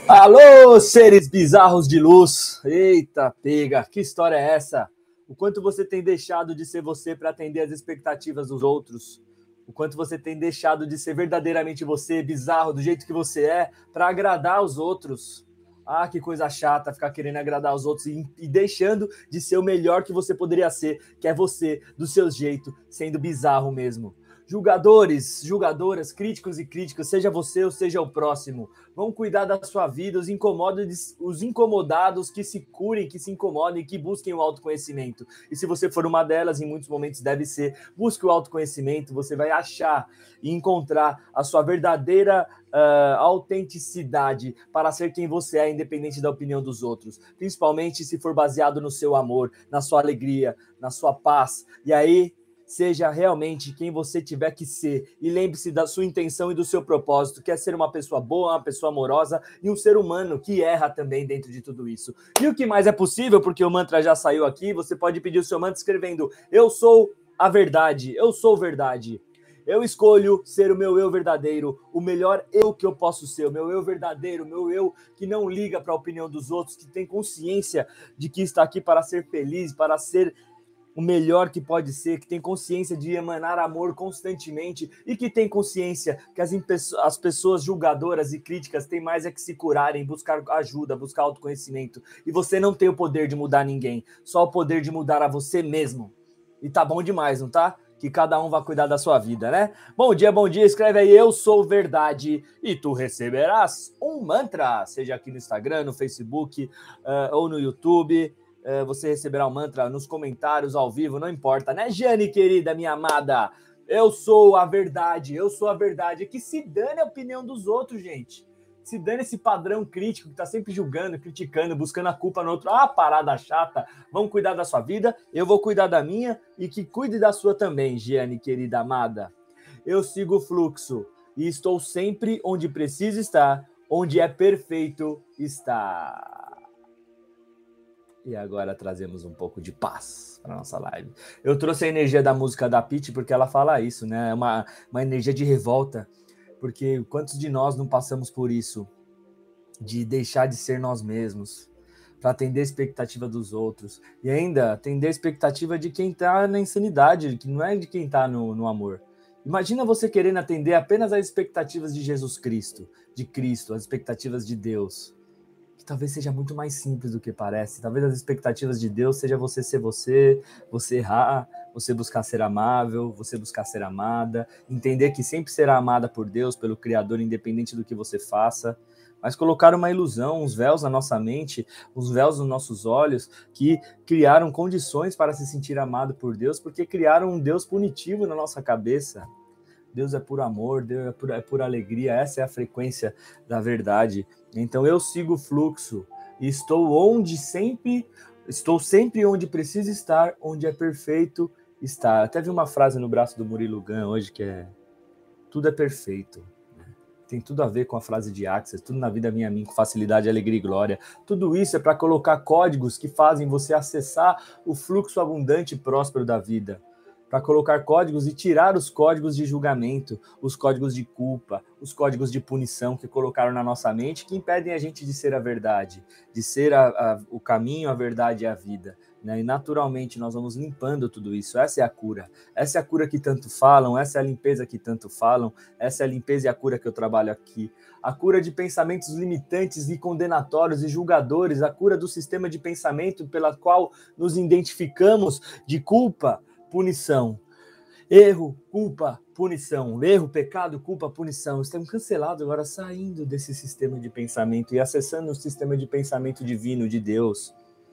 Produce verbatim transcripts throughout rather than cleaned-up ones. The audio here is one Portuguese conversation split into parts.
Alô, seres bizarros de luz! Eita, pega! Que história é essa? O quanto você tem deixado de ser você para atender as expectativas dos outros? O quanto você tem deixado de ser verdadeiramente você, bizarro, do jeito que você é, para agradar os outros? Ah, que coisa chata ficar querendo agradar os outros e, e deixando de ser o melhor que você poderia ser, que é você, do seu jeito, sendo bizarro mesmo. Julgadores, julgadoras, críticos e críticas, seja você ou seja o próximo, vão cuidar da sua vida, os incomodados, os incomodados que se curem, que se incomodem, que busquem o autoconhecimento. E se você for uma delas, em muitos momentos deve ser, busque o autoconhecimento, você vai achar e encontrar a sua verdadeira uh, autenticidade para ser quem você é, independente da opinião dos outros. Principalmente se for baseado no seu amor, na sua alegria, na sua paz. E aí, seja realmente quem você tiver que ser e lembre-se da sua intenção e do seu propósito, que é ser uma pessoa boa, uma pessoa amorosa e um ser humano que erra também dentro de tudo isso. E o que mais é possível, porque o mantra já saiu aqui, você pode pedir o seu mantra escrevendo: eu sou a verdade, eu sou verdade. Eu escolho ser o meu eu verdadeiro, o melhor eu que eu posso ser, o meu eu verdadeiro, o meu eu que não liga para a opinião dos outros, que tem consciência de que está aqui para ser feliz, para ser o melhor que pode ser, que tem consciência de emanar amor constantemente e que tem consciência que as, as pessoas julgadoras e críticas têm mais é que se curarem, buscar ajuda, buscar autoconhecimento. E você não tem o poder de mudar ninguém, só o poder de mudar a você mesmo. E tá bom demais, não tá? Que cada um vai cuidar da sua vida, né? Bom dia, bom dia, escreve aí, eu sou verdade, e tu receberás um mantra, seja aqui no Instagram, no Facebook uh, ou no YouTube. Você receberá um mantra nos comentários, ao vivo, não importa, né, Jane, querida, minha amada? Eu sou a verdade, eu sou a verdade. Que se dane a opinião dos outros, gente. Se dane esse padrão crítico que tá sempre julgando, criticando, buscando a culpa no outro. Ah, parada chata. Vamos cuidar da sua vida, eu vou cuidar da minha e que cuide da sua também, Jane, querida, amada. Eu sigo o fluxo e estou sempre onde preciso estar, onde é perfeito estar. E agora trazemos um pouco de paz para nossa live. Eu trouxe a energia da música da Pitty porque ela fala isso, né? É uma, uma energia de revolta. Porque quantos de nós não passamos por isso? De deixar de ser nós mesmos, para atender a expectativa dos outros. E ainda atender a expectativa de quem está na insanidade, que não é de quem está no, no amor. Imagina você querendo atender apenas as expectativas de Jesus Cristo, de Cristo, as expectativas de Deus. Talvez seja muito mais simples do que parece. Talvez as expectativas de Deus seja você ser você, você errar, você buscar ser amável, você buscar ser amada, entender que sempre será amada por Deus, pelo Criador, independente do que você faça. Mas colocar uma ilusão, uns véus na nossa mente, uns véus nos nossos olhos, que criaram condições para se sentir amado por Deus, porque criaram um Deus punitivo na nossa cabeça. Deus é por amor, Deus é por, é por alegria, essa é a frequência da verdade. Então eu sigo o fluxo e estou onde sempre, estou sempre onde preciso estar, onde é perfeito estar. Até vi uma frase no braço do Murilo Gun hoje que é: tudo é perfeito. Tem tudo a ver com a frase de Axis, tudo na vida minha, minha, com facilidade, alegria e glória. Tudo isso é para colocar códigos que fazem você acessar o fluxo abundante e próspero da vida. Para colocar códigos e tirar os códigos de julgamento, os códigos de culpa, os códigos de punição que colocaram na nossa mente, que impedem a gente de ser a verdade, de ser a, a, o caminho, a verdade e a vida. Né? E naturalmente nós vamos limpando tudo isso. Essa é a cura. Essa é a cura que tanto falam, essa é a limpeza que tanto falam, essa é a limpeza e a cura que eu trabalho aqui. A cura de pensamentos limitantes e condenatórios e julgadores, a cura do sistema de pensamento pela qual nos identificamos de culpa, punição, erro, culpa, punição, erro, pecado, culpa, punição. Estamos cancelados agora, saindo desse sistema de pensamento e acessando o sistema de pensamento divino de Deus.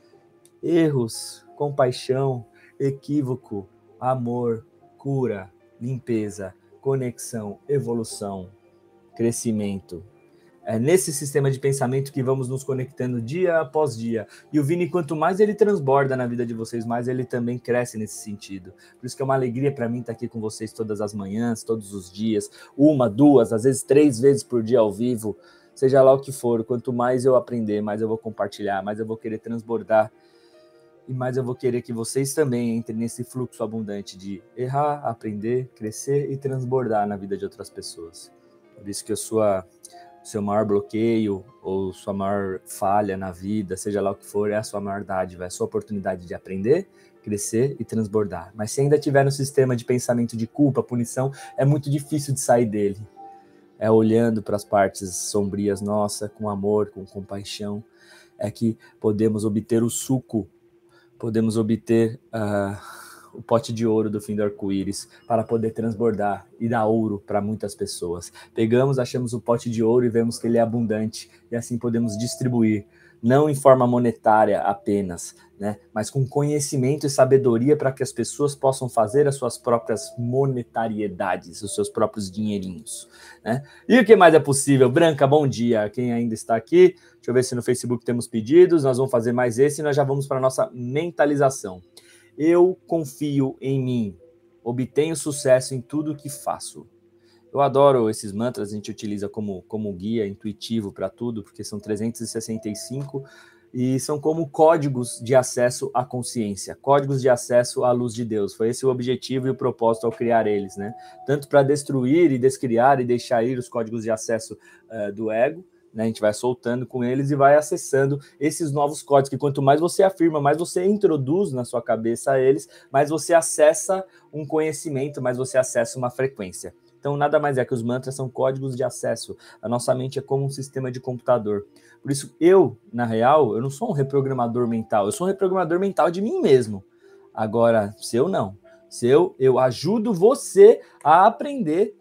Erros, compaixão, equívoco, amor, cura, limpeza, conexão, evolução, crescimento. É nesse sistema de pensamento que vamos nos conectando dia após dia. E o Vini, quanto mais ele transborda na vida de vocês, mais ele também cresce nesse sentido. Por isso que é uma alegria para mim estar aqui com vocês todas as manhãs, todos os dias, uma, duas, às vezes três vezes por dia ao vivo, seja lá o que for. Quanto mais eu aprender, mais eu vou compartilhar, mais eu vou querer transbordar e mais eu vou querer que vocês também entrem nesse fluxo abundante de errar, aprender, crescer e transbordar na vida de outras pessoas. Por isso que eu sou a seu maior bloqueio ou sua maior falha na vida, seja lá o que for, é a sua maior dádiva, é a sua oportunidade de aprender, crescer e transbordar. Mas se ainda tiver no sistema de pensamento de culpa, punição, é muito difícil de sair dele. É olhando para as partes sombrias nossa, com amor, com compaixão, é que podemos obter o suco, podemos obter uh, o pote de ouro do fim do arco-íris para poder transbordar e dar ouro para muitas pessoas. Pegamos, achamos o pote de ouro e vemos que ele é abundante e assim podemos distribuir, não em forma monetária apenas, né, mas com conhecimento e sabedoria para que as pessoas possam fazer as suas próprias monetariedades, os seus próprios dinheirinhos, né? E o que mais é possível? Branca, bom dia. Quem ainda está aqui? Deixa eu ver se no Facebook temos pedidos. Nós vamos fazer mais esse e nós já vamos para a nossa mentalização. Eu confio em mim, obtenho sucesso em tudo que faço. Eu adoro esses mantras, a gente utiliza como, como guia intuitivo para tudo, porque são trezentos e sessenta e cinco e são como códigos de acesso à consciência, códigos de acesso à luz de Deus. Foi esse o objetivo e o propósito ao criar eles, né? Tanto para destruir e descriar e deixar ir os códigos de acesso uh, do ego, né? A gente vai soltando com eles e vai acessando esses novos códigos, que quanto mais você afirma, mais você introduz na sua cabeça eles, mais você acessa um conhecimento, mais você acessa uma frequência. Então, nada mais é que os mantras são códigos de acesso. A nossa mente é como um sistema de computador. Por isso, eu, na real, eu não sou um reprogramador mental. Eu sou um reprogramador mental de mim mesmo. Agora, seu não. Seu, eu ajudo você a aprender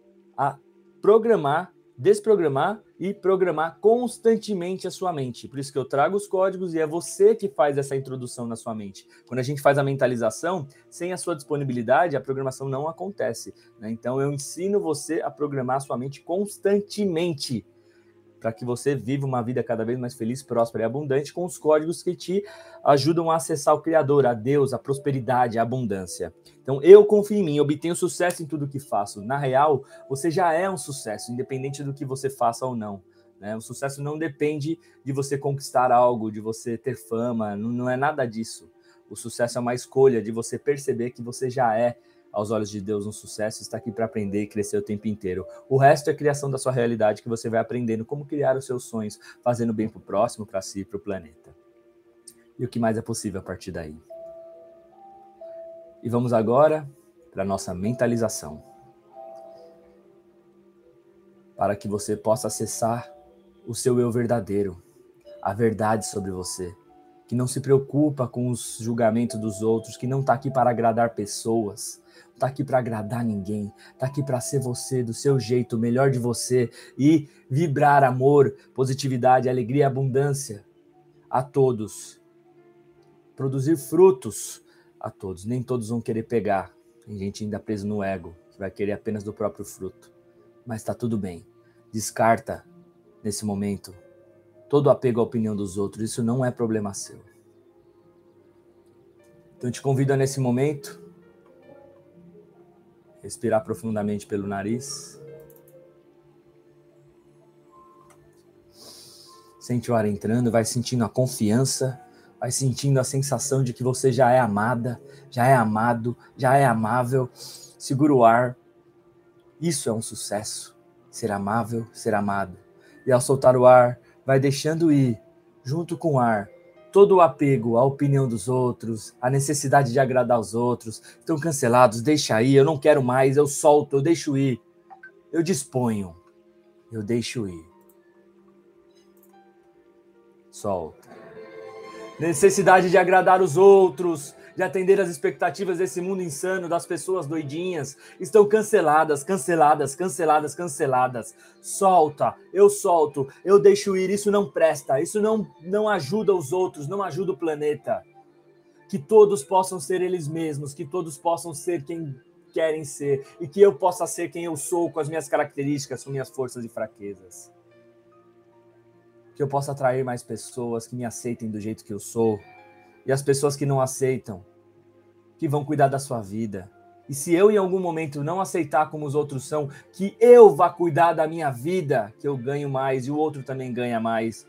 a programar, desprogramar e programar constantemente a sua mente. Por isso que eu trago os códigos e é você que faz essa introdução na sua mente. Quando a gente faz a mentalização, sem a sua disponibilidade, a programação não acontece, né? Então eu ensino você a programar a sua mente constantemente, para que você viva uma vida cada vez mais feliz, próspera e abundante, com os códigos que te ajudam a acessar o Criador, a Deus, a prosperidade, a abundância. Então, eu confio em mim, obtenho sucesso em tudo que faço. Na real, você já é um sucesso, independente do que você faça ou não, né? O sucesso não depende de você conquistar algo, de você ter fama, não, não é nada disso. O sucesso é uma escolha de você perceber que você já é, aos olhos de Deus, um sucesso, está aqui para aprender e crescer o tempo inteiro. O resto é a criação da sua realidade, que você vai aprendendo como criar os seus sonhos, fazendo bem para o próximo, para si e para o planeta. E o que mais é possível a partir daí? E vamos agora para a nossa mentalização. Para que você possa acessar o seu eu verdadeiro, a verdade sobre você, que não se preocupa com os julgamentos dos outros, que não está aqui para agradar pessoas, não está aqui para agradar ninguém, está aqui para ser você, do seu jeito, o melhor de você, e vibrar amor, positividade, alegria e abundância a todos. Produzir frutos a todos. Nem todos vão querer pegar. Tem gente ainda preso no ego, que vai querer apenas do próprio fruto. Mas está tudo bem. Descarta, nesse momento, todo apego à opinião dos outros. Isso não é problema seu. Então, eu te convido a, nesse momento, respirar profundamente pelo nariz. Sente o ar entrando, vai sentindo a confiança, vai sentindo a sensação de que você já é amada, já é amado, já é amável. Segura o ar. Isso é um sucesso. Ser amável, ser amado. E ao soltar o ar, vai deixando ir, junto com o ar, todo o apego à opinião dos outros, a necessidade de agradar os outros. Estão cancelados, deixa aí, eu não quero mais, eu solto, eu deixo ir. Eu disponho, eu deixo ir. Solta. Necessidade de agradar os outros, de atender às expectativas desse mundo insano, das pessoas doidinhas, estão canceladas, canceladas, canceladas, canceladas. Solta, eu solto, eu deixo ir, isso não presta, isso não, não ajuda os outros, não ajuda o planeta. Que todos possam ser eles mesmos, que todos possam ser quem querem ser, e que eu possa ser quem eu sou, com as minhas características, com minhas forças e fraquezas. Que eu possa atrair mais pessoas que me aceitem do jeito que eu sou, e as pessoas que não aceitam, que vão cuidar da sua vida. E se eu em algum momento não aceitar como os outros são, que eu vá cuidar da minha vida, que eu ganho mais e o outro também ganha mais.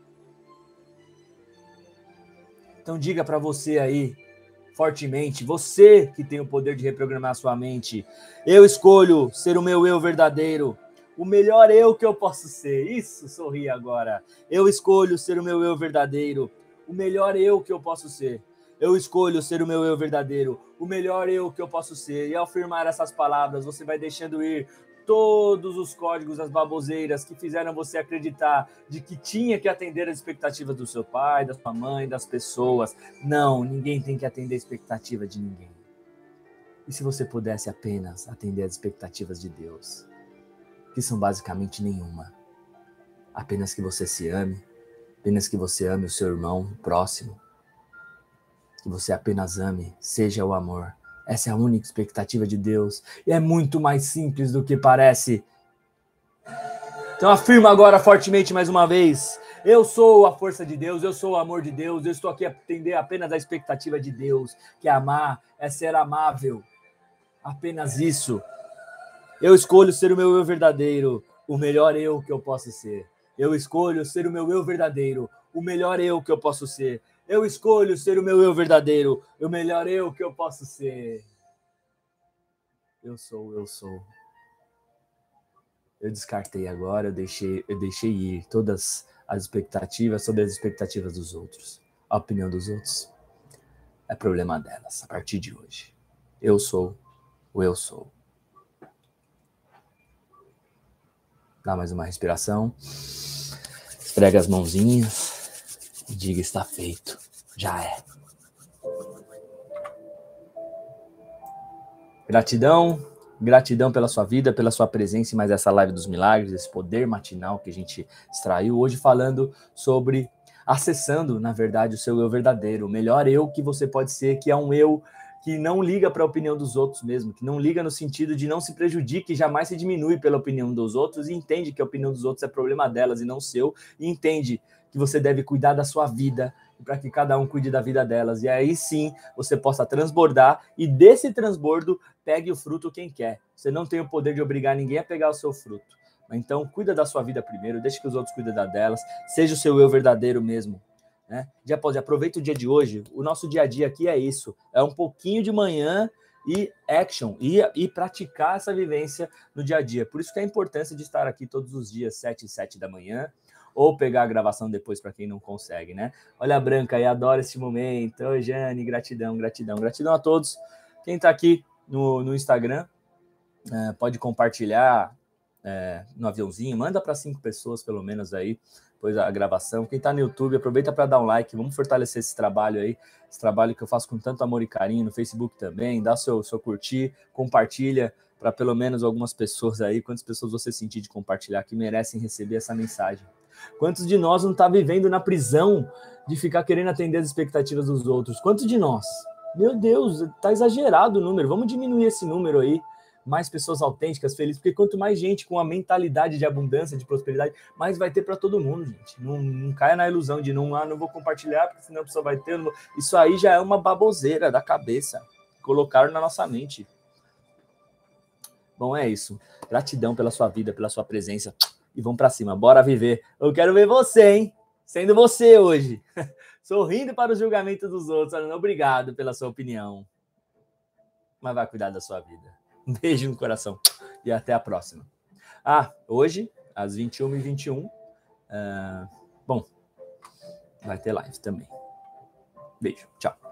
Então diga para você aí, fortemente, você que tem o poder de reprogramar a sua mente, eu escolho ser o meu eu verdadeiro, o melhor eu que eu posso ser. Isso, sorri agora. Eu escolho ser o meu eu verdadeiro, o melhor eu que eu posso ser. Eu escolho ser o meu eu verdadeiro, o melhor eu que eu posso ser. E ao afirmar essas palavras, você vai deixando ir todos os códigos, as baboseiras que fizeram você acreditar de que tinha que atender as expectativas do seu pai, da sua mãe, das pessoas. Não, ninguém tem que atender a expectativa de ninguém. E se você pudesse apenas atender as expectativas de Deus, que são basicamente nenhuma. Apenas que você se ame, apenas que você ame o seu irmão próximo, que você apenas ame, seja o amor. Essa é a única expectativa de Deus. E é muito mais simples do que parece. Então afirma agora fortemente mais uma vez. Eu sou a força de Deus, eu sou o amor de Deus, eu estou aqui a atender apenas a expectativa de Deus, que é amar, é ser amável. Apenas isso. Eu escolho ser o meu eu verdadeiro, o melhor eu que eu posso ser. Eu escolho ser o meu eu verdadeiro, o melhor eu que eu posso ser. Eu escolho ser o meu eu verdadeiro, o melhor eu que eu posso ser. Eu sou, eu sou. Eu descartei agora, eu deixei, eu deixei ir todas as expectativas sobre as expectativas dos outros. A opinião dos outros é problema delas, a partir de hoje. Eu sou o eu sou. Dá mais uma respiração. Esfrega as mãozinhas. E diga, está feito. Já é. Gratidão. Gratidão pela sua vida, pela sua presença em mais essa live dos milagres, esse poder matinal que a gente extraiu hoje, falando sobre acessando, na verdade, o seu eu verdadeiro, o melhor eu que você pode ser, que é um eu que não liga para a opinião dos outros mesmo, que não liga no sentido de não se prejudique, jamais se diminui pela opinião dos outros e entende que a opinião dos outros é problema delas e não seu, e entende que você deve cuidar da sua vida para que cada um cuide da vida delas, e aí sim você possa transbordar e desse transbordo pegue o fruto quem quer. Você não tem o poder de obrigar ninguém a pegar o seu fruto. Então, cuida da sua vida primeiro, deixe que os outros cuidem da delas, seja o seu eu verdadeiro mesmo. Né? Dia após dia, aproveita o dia de hoje. O nosso dia a dia aqui é isso. É um pouquinho de manhã e action, e, e praticar essa vivência no dia a dia. Por isso que é a importância de estar aqui todos os dias, sete e sete da manhã, ou pegar a gravação depois para quem não consegue, né? Olha a Branca aí, adoro esse momento. Oi, Jane, gratidão, gratidão. Gratidão a todos. Quem está aqui no, no Instagram, é, pode compartilhar é, no aviãozinho, manda para cinco pessoas pelo menos aí, depois a gravação. Quem está no YouTube, aproveita para dar um like, vamos fortalecer esse trabalho aí, esse trabalho que eu faço com tanto amor e carinho, no Facebook também, dá seu, seu curtir, compartilha para pelo menos algumas pessoas aí, quantas pessoas você sentir de compartilhar que merecem receber essa mensagem. Quantos de nós não está vivendo na prisão de ficar querendo atender as expectativas dos outros? Quantos de nós? Meu Deus, tá exagerado o número, vamos diminuir esse número aí, mais pessoas autênticas, felizes, porque quanto mais gente com a mentalidade de abundância, de prosperidade, mais vai ter para todo mundo, gente. Não, não caia na ilusão de não, ah, não vou compartilhar, porque senão a pessoa vai ter. Isso aí já é uma baboseira da cabeça. Colocaram na nossa mente. Bom, é isso. Gratidão pela sua vida, pela sua presença. E vamos para cima, bora viver. Eu quero ver você, hein? Sendo você hoje. Sorrindo para o julgamento dos outros. Falando, obrigado pela sua opinião. Mas vai cuidar da sua vida. Um beijo no coração. E até a próxima. Ah, hoje, às vinte e uma e vinte e um, uh, bom, vai ter live também. Beijo, tchau.